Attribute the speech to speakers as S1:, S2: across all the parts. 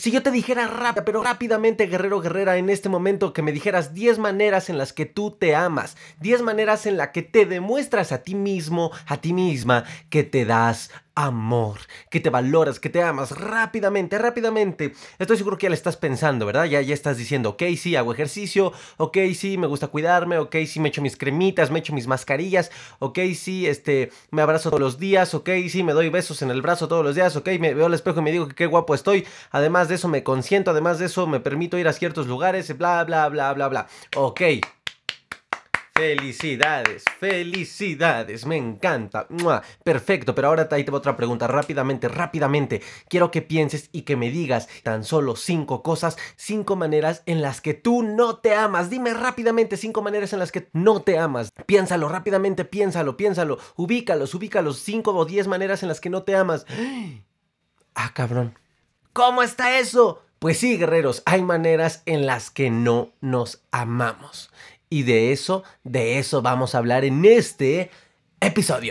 S1: Si yo te dijera rápidamente, guerrero, guerrera, en este momento que me dijeras 10 maneras en las que tú te amas, 10 maneras en las que te demuestras a ti mismo, a ti misma, que te das amor, que te valoras, que te amas rápidamente. Estoy seguro que ya le estás pensando, ¿verdad? Ya estás diciendo, ok, sí, hago ejercicio, ok, sí, me gusta cuidarme, ok, sí, me echo mis cremitas, me echo mis mascarillas, ok, sí, me abrazo todos los días, ok, sí, me doy besos en el brazo todos los días, ok, me veo al espejo y me digo que qué guapo estoy, además de eso me consiento, además de eso me permito ir a ciertos lugares, bla, bla, bla, bla, bla, ok. Felicidades, me encanta. ¡Mua! Perfecto, pero ahora ahí te va otra pregunta, rápidamente. Quiero que pienses y que me digas tan solo 5 cosas, 5 maneras en las que tú no te amas. Dime rápidamente 5 maneras en las que no te amas. Piénsalo rápidamente, piénsalo. Ubícalos, 5 o 10 maneras en las que no te amas. Ah, cabrón. ¿Cómo está eso? Pues sí, guerreros, hay maneras en las que no nos amamos. Y de eso vamos a hablar en este episodio.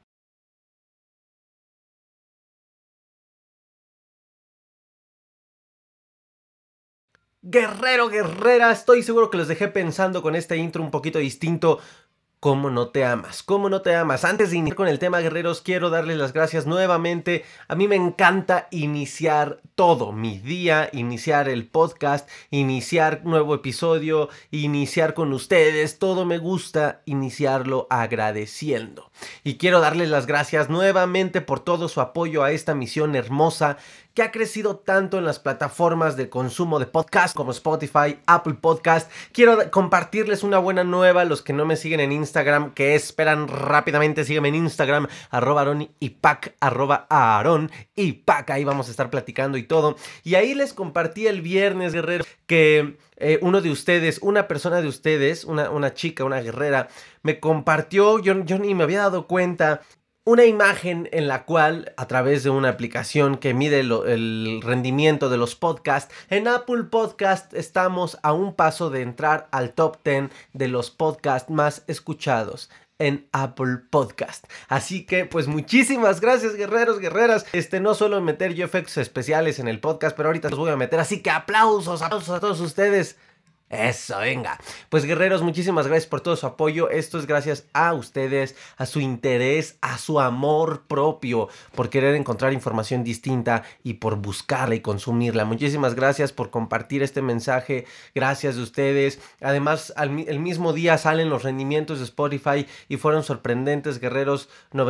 S1: Guerrero, guerrera, estoy seguro que los dejé pensando con este intro un poquito distinto. ¿Cómo no te amas? ¿Cómo no te amas? Antes de iniciar con el tema, guerreros, quiero darles las gracias nuevamente. A mí me encanta iniciar todo mi día, iniciar el podcast, iniciar nuevo episodio, iniciar con ustedes. Todo me gusta iniciarlo agradeciendo. Y quiero darles las gracias nuevamente por todo su apoyo a esta misión hermosa que ha crecido tanto en las plataformas de consumo de podcast como Spotify, Apple Podcast. Quiero compartirles una buena nueva. Los que no me siguen en Instagram, que esperan rápidamente, sígueme en Instagram, @AaronYpac, @AaronYpac. Ahí vamos a estar platicando y todo. Y ahí les compartí el viernes, guerrero, que uno de ustedes, una persona de ustedes, una chica, una guerrera, me compartió, yo ni me había dado cuenta, una imagen en la cual, a través de una aplicación que mide el rendimiento de los podcasts, en Apple Podcast estamos a un paso de entrar al top 10 de los podcasts más escuchados en Apple Podcast. Así que pues muchísimas gracias, guerreros, guerreras. No suelo meter yo efectos especiales en el podcast, pero ahorita los voy a meter, así que aplausos a todos ustedes. Eso, venga. Pues guerreros, muchísimas gracias por todo su apoyo. Esto es gracias a ustedes, a su interés, a su amor propio, por querer encontrar información distinta y por buscarla y consumirla. Muchísimas gracias por compartir este mensaje. Gracias de ustedes. Además, el mismo día salen los rendimientos de Spotify y fueron sorprendentes, guerreros.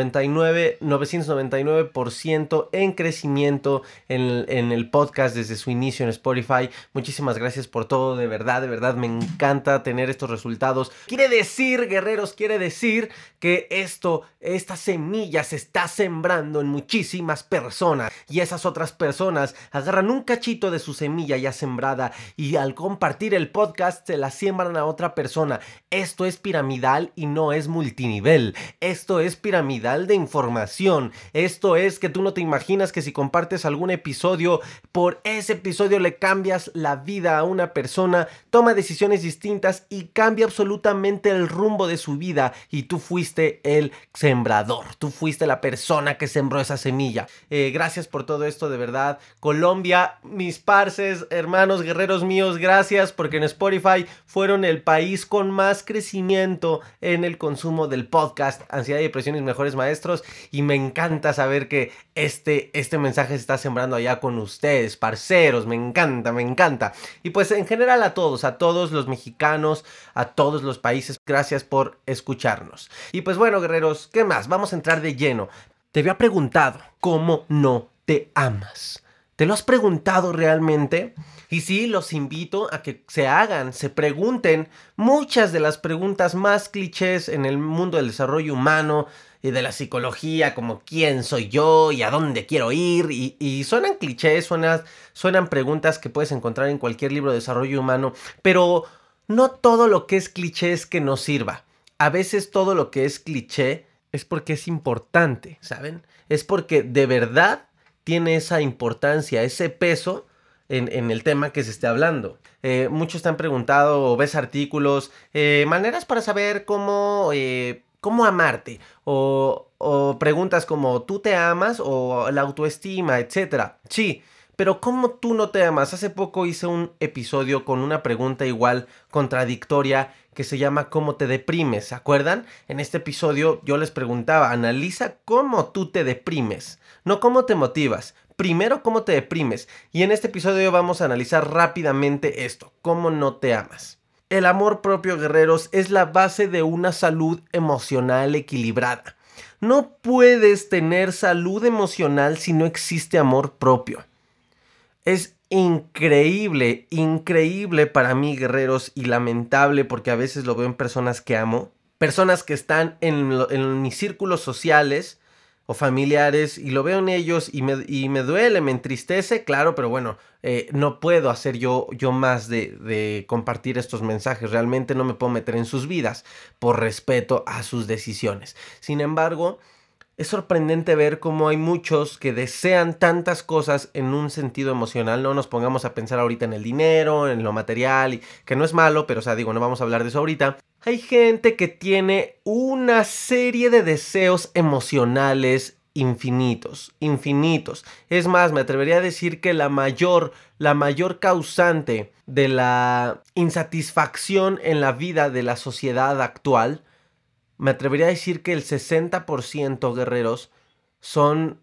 S1: 999% en crecimiento en el podcast desde su inicio en Spotify. Muchísimas gracias por todo, de verdad me encanta tener estos resultados. Quiere decir, guerreros, que esta semilla se está sembrando en muchísimas personas, y esas otras personas agarran un cachito de su semilla ya sembrada y al compartir el podcast se la siembran a otra persona. Esto es piramidal y no es multinivel. Esto es piramidal de información. Esto es que tú no te imaginas que si compartes algún episodio, por ese episodio le cambias la vida a una persona, toma decisiones distintas y cambia absolutamente el rumbo de su vida, y tú fuiste el sembrador, tú fuiste la persona que sembró esa semilla. Gracias por todo esto, de verdad. Colombia, mis parces, hermanos, guerreros míos, gracias, porque en Spotify fueron el país con más crecimiento en el consumo del podcast. Ansiedad y depresión, mis mejores maestros, y me encanta saber que este mensaje se está sembrando allá con ustedes, parceros. Me encanta. Y pues en general a todos los mexicanos, a todos los países, gracias por escucharnos. Y pues bueno, guerreros, ¿qué más? Vamos a entrar de lleno. Te había preguntado, ¿cómo no te amas? ¿Te lo has preguntado realmente? Y sí, los invito a que se pregunten muchas de las preguntas más clichés en el mundo del desarrollo humano y de la psicología, como ¿quién soy yo? ¿Y a dónde quiero ir? Y suenan clichés, suenan preguntas que puedes encontrar en cualquier libro de desarrollo humano, pero no todo lo que es cliché es que nos sirva. A veces todo lo que es cliché es porque es importante, ¿saben? Es porque de verdad tiene esa importancia, ese peso en el tema que se esté hablando. Muchos te han preguntado o ves artículos, maneras para saber cómo amarte, o preguntas como ¿tú te amas? O la autoestima, etcétera. Sí, Pero ¿cómo tú no te amas? Hace poco hice un episodio con una pregunta igual contradictoria que se llama ¿cómo te deprimes? ¿Se acuerdan? En este episodio yo les preguntaba, analiza cómo tú te deprimes, no cómo te motivas. Primero, cómo te deprimes. Y en este episodio vamos a analizar rápidamente esto, cómo no te amas. El amor propio, guerreros, es la base de una salud emocional equilibrada. No puedes tener salud emocional si no existe amor propio. Es increíble, increíble para mí, guerreros, y lamentable porque a veces lo veo en personas que amo, personas que están en mis círculos sociales o familiares y lo veo en ellos y me duele, me entristece, claro, pero bueno, no puedo hacer yo más de compartir estos mensajes, realmente no me puedo meter en sus vidas por respeto a sus decisiones. Sin embargo, es sorprendente ver cómo hay muchos que desean tantas cosas en un sentido emocional. No nos pongamos a pensar ahorita en el dinero, en lo material, y que no es malo, pero o sea, digo, no vamos a hablar de eso ahorita. Hay gente que tiene una serie de deseos emocionales infinitos, infinitos. Es más, me atrevería a decir que la mayor causante de la insatisfacción en la vida de la sociedad actual, me atrevería a decir que el 60%, guerreros, son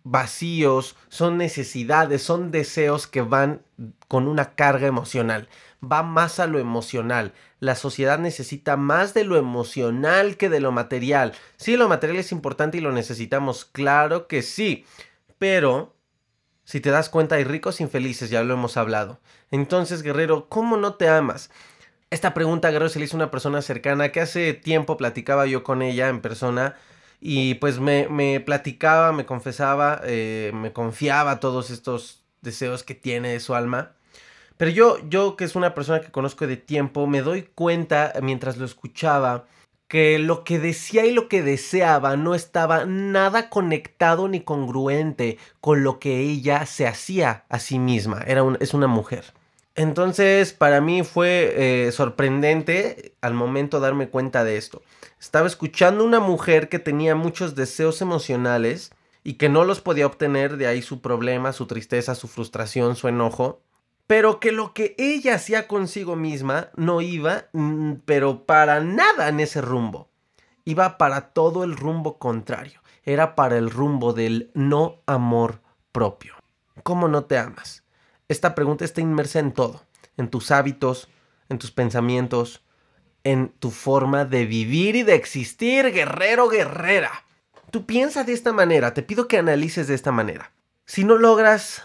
S1: vacíos, son necesidades, son deseos que van con una carga emocional. Va más a lo emocional. La sociedad necesita más de lo emocional que de lo material. Sí, lo material es importante y lo necesitamos, claro que sí. Pero, si te das cuenta, hay ricos infelices, ya lo hemos hablado. Entonces, guerrero, ¿cómo no te amas? Esta pregunta, guerrero, se le hizo a una persona cercana que hace tiempo platicaba yo con ella en persona y pues me platicaba, me confesaba, me confiaba todos estos deseos que tiene de su alma. Pero yo que es una persona que conozco de tiempo, me doy cuenta mientras lo escuchaba que lo que decía y lo que deseaba no estaba nada conectado ni congruente con lo que ella se hacía a sí misma. Es una mujer. Entonces, para mí fue sorprendente al momento darme cuenta de esto. Estaba escuchando una mujer que tenía muchos deseos emocionales y que no los podía obtener, de ahí su problema, su tristeza, su frustración, su enojo. Pero que lo que ella hacía consigo misma no iba, pero para nada en ese rumbo. Iba para todo el rumbo contrario. Era para el rumbo del no amor propio. ¿Cómo no te amas? Esta pregunta está inmersa en todo, en tus hábitos, en tus pensamientos, en tu forma de vivir y de existir, guerrero, guerrera. Tú piensa de esta manera, te pido que analices de esta manera. Si no logras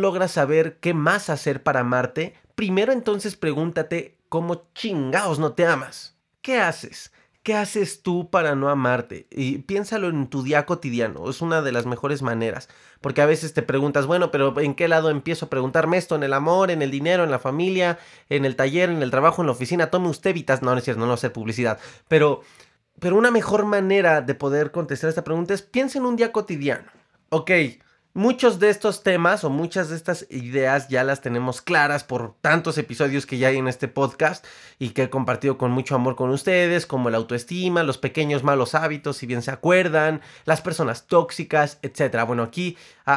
S1: saber qué más hacer para amarte, primero entonces pregúntate cómo chingaos no te amas. ¿Qué haces? ¿Qué haces tú para no amarte? Y piénsalo en tu día cotidiano, es una de las mejores maneras. Porque a veces te preguntas, bueno, pero ¿en qué lado empiezo a preguntarme esto? ¿En el amor, en el dinero, en la familia, en el taller, en el trabajo, en la oficina? Tome usted vitas. No, no es cierto, no lo sé, publicidad. Pero una mejor manera de poder contestar esta pregunta es piensa en un día cotidiano. Ok, muchos de estos temas o muchas de estas ideas ya las tenemos claras por tantos episodios que ya hay en este podcast y que he compartido con mucho amor con ustedes, como el autoestima, los pequeños malos hábitos, si bien se acuerdan, las personas tóxicas, etc. Bueno, aquí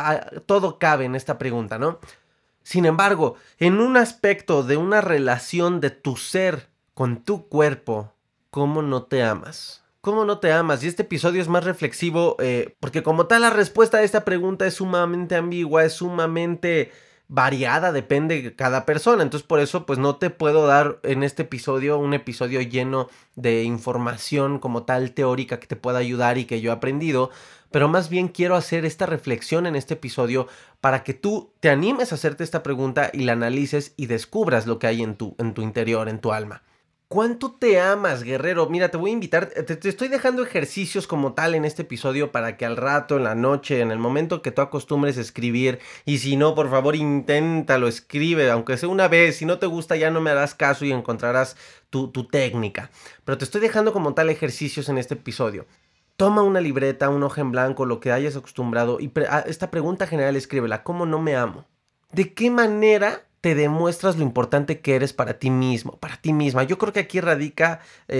S1: todo cabe en esta pregunta, ¿no? Sin embargo, en un aspecto de una relación de tu ser con tu cuerpo, ¿cómo no te amas? ¿Cómo no te amas? Y este episodio es más reflexivo porque como tal la respuesta a esta pregunta es sumamente ambigua, es sumamente variada, depende de cada persona. Entonces por eso pues no te puedo dar en este episodio un episodio lleno de información como tal teórica que te pueda ayudar y que yo he aprendido. Pero más bien quiero hacer esta reflexión en este episodio para que tú te animes a hacerte esta pregunta y la analices y descubras lo que hay en tu interior, en tu alma. ¿Cuánto te amas, guerrero? Mira, te voy a invitar, te estoy dejando ejercicios como tal en este episodio para que al rato, en la noche, en el momento que tú acostumbres a escribir, y si no, por favor, inténtalo, escribe, aunque sea una vez, si no te gusta ya no me harás caso y encontrarás tu técnica. Pero te estoy dejando como tal ejercicios en este episodio. Toma una libreta, una hoja en blanco, lo que hayas acostumbrado, y esta pregunta general escríbela, ¿cómo no me amo? ¿De qué manera te demuestras lo importante que eres para ti mismo, para ti misma? Yo creo que aquí radica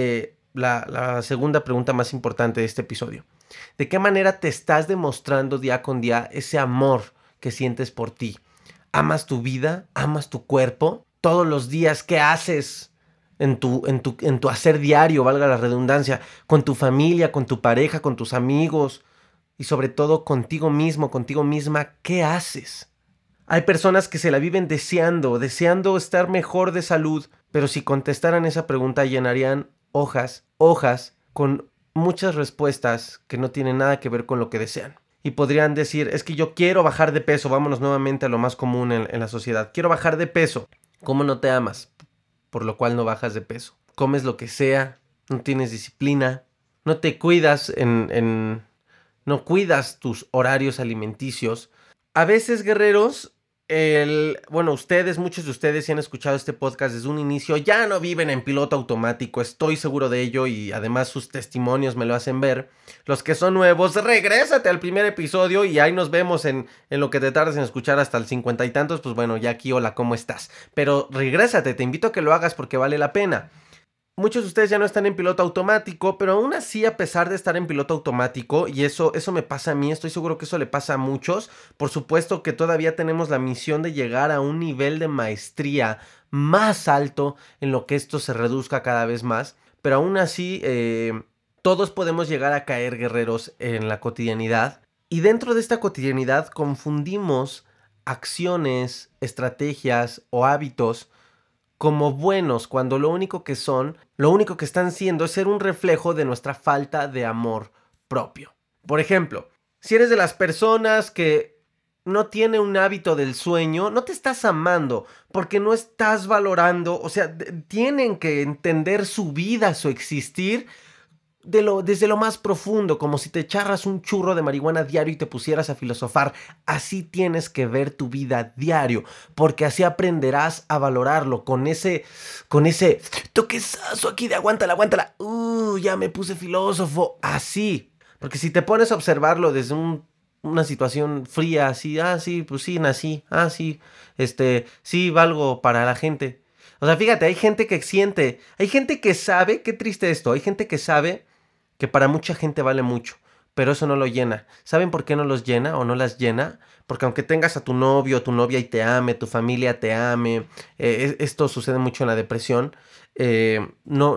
S1: la segunda pregunta más importante de este episodio. ¿De qué manera te estás demostrando día con día ese amor que sientes por ti? ¿Amas tu vida? ¿Amas tu cuerpo? Todos los días, ¿qué haces en tu hacer diario, valga la redundancia, con tu familia, con tu pareja, con tus amigos y sobre todo contigo mismo, contigo misma? ¿Qué haces? Hay personas que se la viven deseando estar mejor de salud, pero si contestaran esa pregunta llenarían hojas con muchas respuestas que no tienen nada que ver con lo que desean. Y podrían decir, es que yo quiero bajar de peso, vámonos nuevamente a lo más común en la sociedad. Quiero bajar de peso. ¿Cómo no te amas? Por lo cual no bajas de peso. Comes lo que sea, no tienes disciplina, no te cuidas no cuidas tus horarios alimenticios. A veces, guerreros, muchos de ustedes, si han escuchado este podcast desde un inicio, ya no viven en piloto automático, estoy seguro de ello y además sus testimonios me lo hacen ver. Los que son nuevos, regrésate al primer episodio y ahí nos vemos en lo que te tardas en escuchar hasta el 50 y tantos, pues bueno, ya aquí, hola, ¿cómo estás? Pero regrésate, te invito a que lo hagas porque vale la pena. Muchos de ustedes ya no están en piloto automático, pero aún así, a pesar de estar en piloto automático, y eso me pasa a mí, estoy seguro que eso le pasa a muchos, por supuesto que todavía tenemos la misión de llegar a un nivel de maestría más alto en lo que esto se reduzca cada vez más, pero aún así, todos podemos llegar a caer, guerreros, en la cotidianidad, y dentro de esta cotidianidad confundimos acciones, estrategias o hábitos como buenos, cuando lo único que están siendo es ser un reflejo de nuestra falta de amor propio. Por ejemplo, si eres de las personas que no tiene un hábito del sueño, no te estás amando porque no estás valorando, o sea, tienen que entender su vida, su existir desde lo más profundo, como si te echaras un churro de marihuana diario y te pusieras a filosofar. Así tienes que ver tu vida diario, porque así aprenderás a valorarlo con ese toquezazo aquí de aguántala, ya me puse filósofo, así. Porque si te pones a observarlo desde una situación fría, así, sí, pues sí, nací, sí, sí, valgo para la gente. O sea, fíjate, hay gente que siente, hay gente que sabe, qué triste esto, hay gente que sabe que para mucha gente vale mucho, pero eso no lo llena. ¿Saben por qué no los llena o no las llena? Porque aunque tengas a tu novio o tu novia y te ame, tu familia te ame, esto sucede mucho en la depresión, eso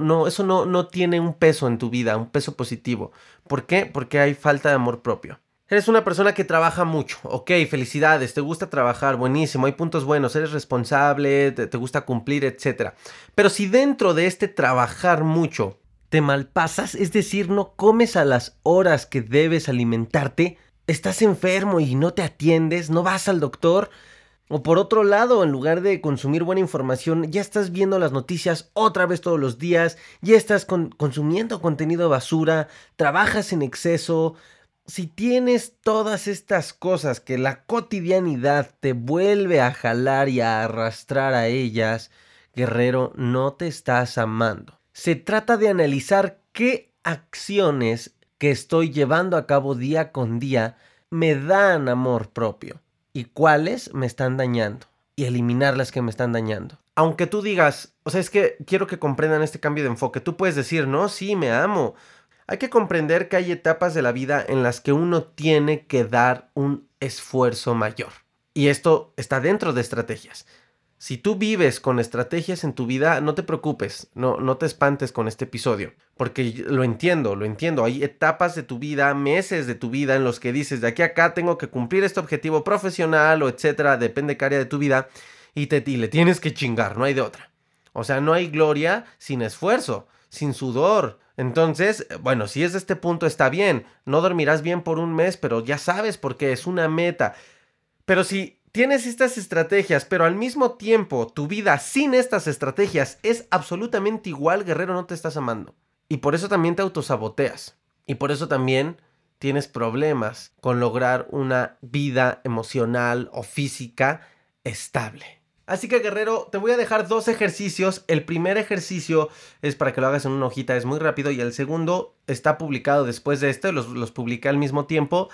S1: no tiene un peso en tu vida, un peso positivo. ¿Por qué? Porque hay falta de amor propio. Eres una persona que trabaja mucho, ok, felicidades, te gusta trabajar, buenísimo, hay puntos buenos, eres responsable, te gusta cumplir, etc. Pero si dentro de este trabajar mucho te malpasas, es decir, no comes a las horas que debes alimentarte, estás enfermo y no te atiendes, no vas al doctor, o por otro lado, en lugar de consumir buena información, ya estás viendo las noticias otra vez todos los días, ya estás consumiendo contenido basura, trabajas en exceso. Si tienes todas estas cosas que la cotidianidad te vuelve a jalar y a arrastrar a ellas, guerrero, no te estás amando. Se trata de analizar qué acciones que estoy llevando a cabo día con día me dan amor propio y cuáles me están dañando y eliminar las que me están dañando. Aunque tú digas, o sea, es que quiero que comprendan este cambio de enfoque, tú puedes decir, no, sí, me amo. Hay que comprender que hay etapas de la vida en las que uno tiene que dar un esfuerzo mayor. Y esto está dentro de estrategias. Si tú vives con estrategias en tu vida, no te preocupes, no te espantes con este episodio, porque lo entiendo, hay etapas de tu vida, meses de tu vida en los que dices, de aquí a acá tengo que cumplir este objetivo profesional o etcétera, depende de qué área de tu vida, y le tienes que chingar, no hay de otra. O sea, no hay gloria sin esfuerzo, sin sudor. Entonces, bueno, si es de este punto está bien, no dormirás bien por un mes, pero ya sabes por qué, es una meta. Pero si tienes estas estrategias, pero al mismo tiempo tu vida sin estas estrategias es absolutamente igual, guerrero, no te estás amando. Y por eso también te autosaboteas. Y por eso también tienes problemas con lograr una vida emocional o física estable. Así que, guerrero, te voy a dejar 2 ejercicios. El primer ejercicio es para que lo hagas en una hojita, es muy rápido. Y el segundo está publicado después de este, los publiqué al mismo tiempo.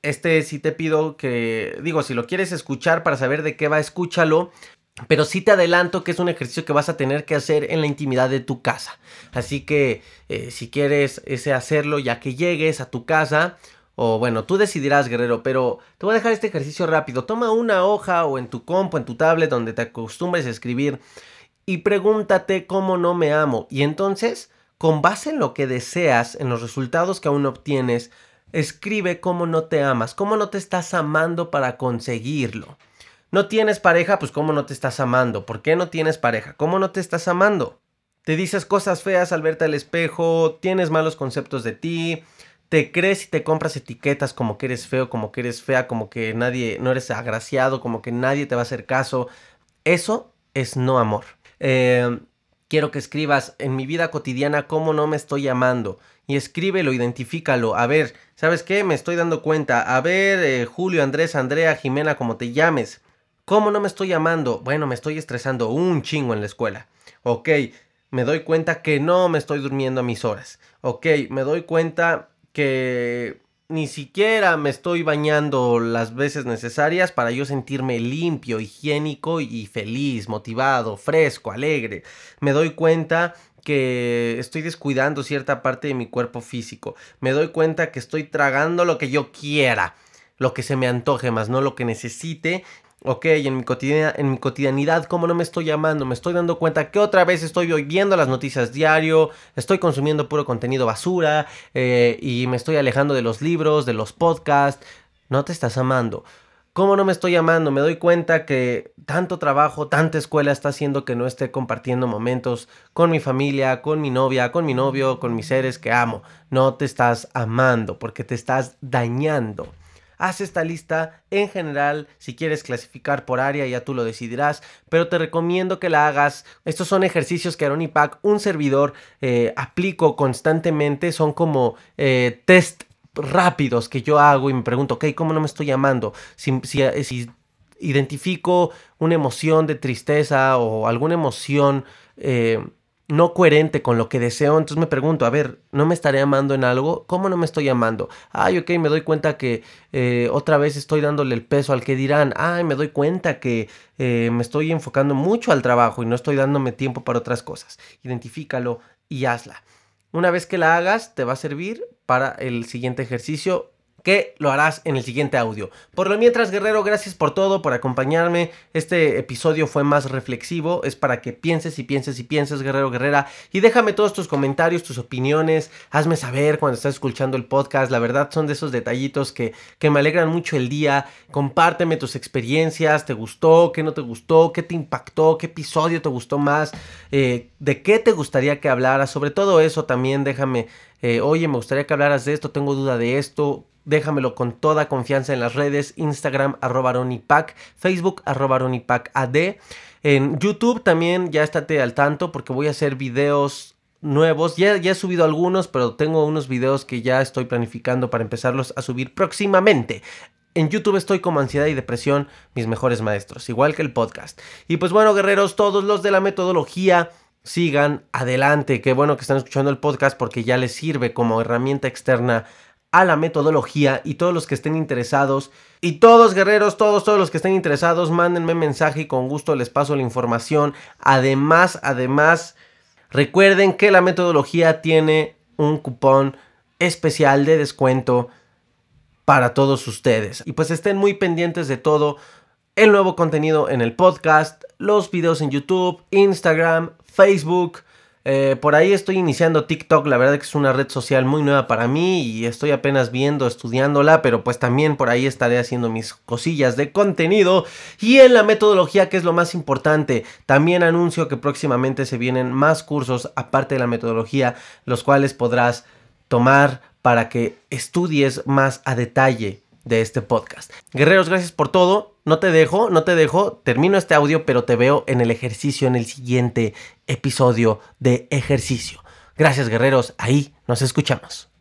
S1: Sí te pido que, si lo quieres escuchar para saber de qué va, escúchalo. Pero sí te adelanto que es un ejercicio que vas a tener que hacer en la intimidad de tu casa. Así que si quieres hacerlo ya que llegues a tu casa, O bueno, tú decidirás, guerrero, pero te voy a dejar este ejercicio rápido. Toma una hoja o en tu compu, en tu tablet, donde te acostumbres a escribir y pregúntate cómo no me amo. Y entonces, con base en lo que deseas, en los resultados que aún obtienes, escribe cómo no te amas, cómo no te estás amando para conseguirlo. ¿No tienes pareja? Pues ¿cómo no te estás amando? ¿Por qué no tienes pareja? ¿Cómo no te estás amando? Te dices cosas feas al verte al espejo, tienes malos conceptos de ti, te crees y te compras etiquetas como que eres feo, como que eres fea, como que no eres agraciado, como que nadie te va a hacer caso. Eso es no amor. Quiero que escribas en mi vida cotidiana cómo no me estoy amando. Y escríbelo, identifícalo. A ver, ¿sabes qué? Me estoy dando cuenta. A ver, Julio, Andrés, Andrea, Jimena, como te llames. ¿Cómo no me estoy amando? Bueno, me estoy estresando un chingo en la escuela. Ok, me doy cuenta que no me estoy durmiendo a mis horas. Ok, me doy cuenta que ni siquiera me estoy bañando las veces necesarias para yo sentirme limpio, higiénico y feliz, motivado, fresco, alegre. Me doy cuenta que estoy descuidando cierta parte de mi cuerpo físico. Me doy cuenta que estoy tragando lo que yo quiera, lo que se me antoje, más no lo que necesite. Ok, en mi cotidianidad, ¿cómo no me estoy amando? Me estoy dando cuenta que otra vez estoy viendo las noticias diario, estoy consumiendo puro contenido basura y me estoy alejando de los libros, de los podcasts. No te estás amando. ¿Cómo no me estoy amando? Me doy cuenta que tanto trabajo, tanta escuela está haciendo que no esté compartiendo momentos con mi familia, con mi novia, con mi novio, con mis seres que amo. No te estás amando porque te estás dañando. Haz esta lista en general, si quieres clasificar por área ya tú lo decidirás, pero te recomiendo que la hagas. Estos son ejercicios que Aaron Pack, un servidor, aplico constantemente, son como test rápidos que yo hago y me pregunto, ok, ¿cómo no me estoy amando? Si identifico una emoción de tristeza o alguna emoción no coherente con lo que deseo, entonces me pregunto, a ver, ¿no me estaré amando en algo? ¿Cómo no me estoy amando? Ay, ok, me doy cuenta que otra vez estoy dándole el peso al que dirán. Ay, me doy cuenta que me estoy enfocando mucho al trabajo y no estoy dándome tiempo para otras cosas. Identifícalo y hazla. Una vez que la hagas, te va a servir para el siguiente ejercicio, que lo harás en el siguiente audio. Por lo mientras, guerrero, gracias por todo, por acompañarme. Este episodio fue más reflexivo, es para que pienses y pienses y pienses, guerrero, guerrera, y déjame todos tus comentarios, tus opiniones, hazme saber cuando estás escuchando el podcast. La verdad son de esos detallitos que me alegran mucho el día. Compárteme tus experiencias, ¿te gustó? ¿Qué no te gustó? ¿Qué te impactó? ¿Qué episodio te gustó más? ¿De qué te gustaría que hablara? Sobre todo eso también déjame, oye, me gustaría que hablaras de esto, tengo duda de esto. Déjamelo con toda confianza en las redes, Instagram @aronipac, Facebook @aronipac_ad. En YouTube también ya estate al tanto porque voy a hacer videos nuevos. Ya he subido algunos, pero tengo unos videos que ya estoy planificando para empezarlos a subir próximamente. En YouTube estoy como Ansiedad y Depresión, mis mejores maestros, igual que el podcast. Y pues bueno, guerreros, todos los de la metodología, sigan adelante. Qué bueno que están escuchando el podcast porque ya les sirve como herramienta externa a la metodología. Y todos los que estén interesados, y todos, guerreros, todos los que estén interesados, mándenme mensaje y con gusto les paso la información. Además, recuerden que la metodología tiene un cupón especial de descuento para todos ustedes. Y pues estén muy pendientes de todo el nuevo contenido en el podcast, los videos en YouTube, Instagram, Facebook. Por ahí estoy iniciando TikTok, la verdad que es una red social muy nueva para mí y estoy apenas estudiándola, pero pues también por ahí estaré haciendo mis cosillas de contenido. Y en la metodología, que es lo más importante, también anuncio que próximamente se vienen más cursos aparte de la metodología, los cuales podrás tomar para que estudies más a detalle de este podcast. Guerreros, gracias por todo. No te dejo, termino este audio, pero te veo en el ejercicio, en el siguiente episodio de ejercicio. Gracias, guerreros, ahí nos escuchamos.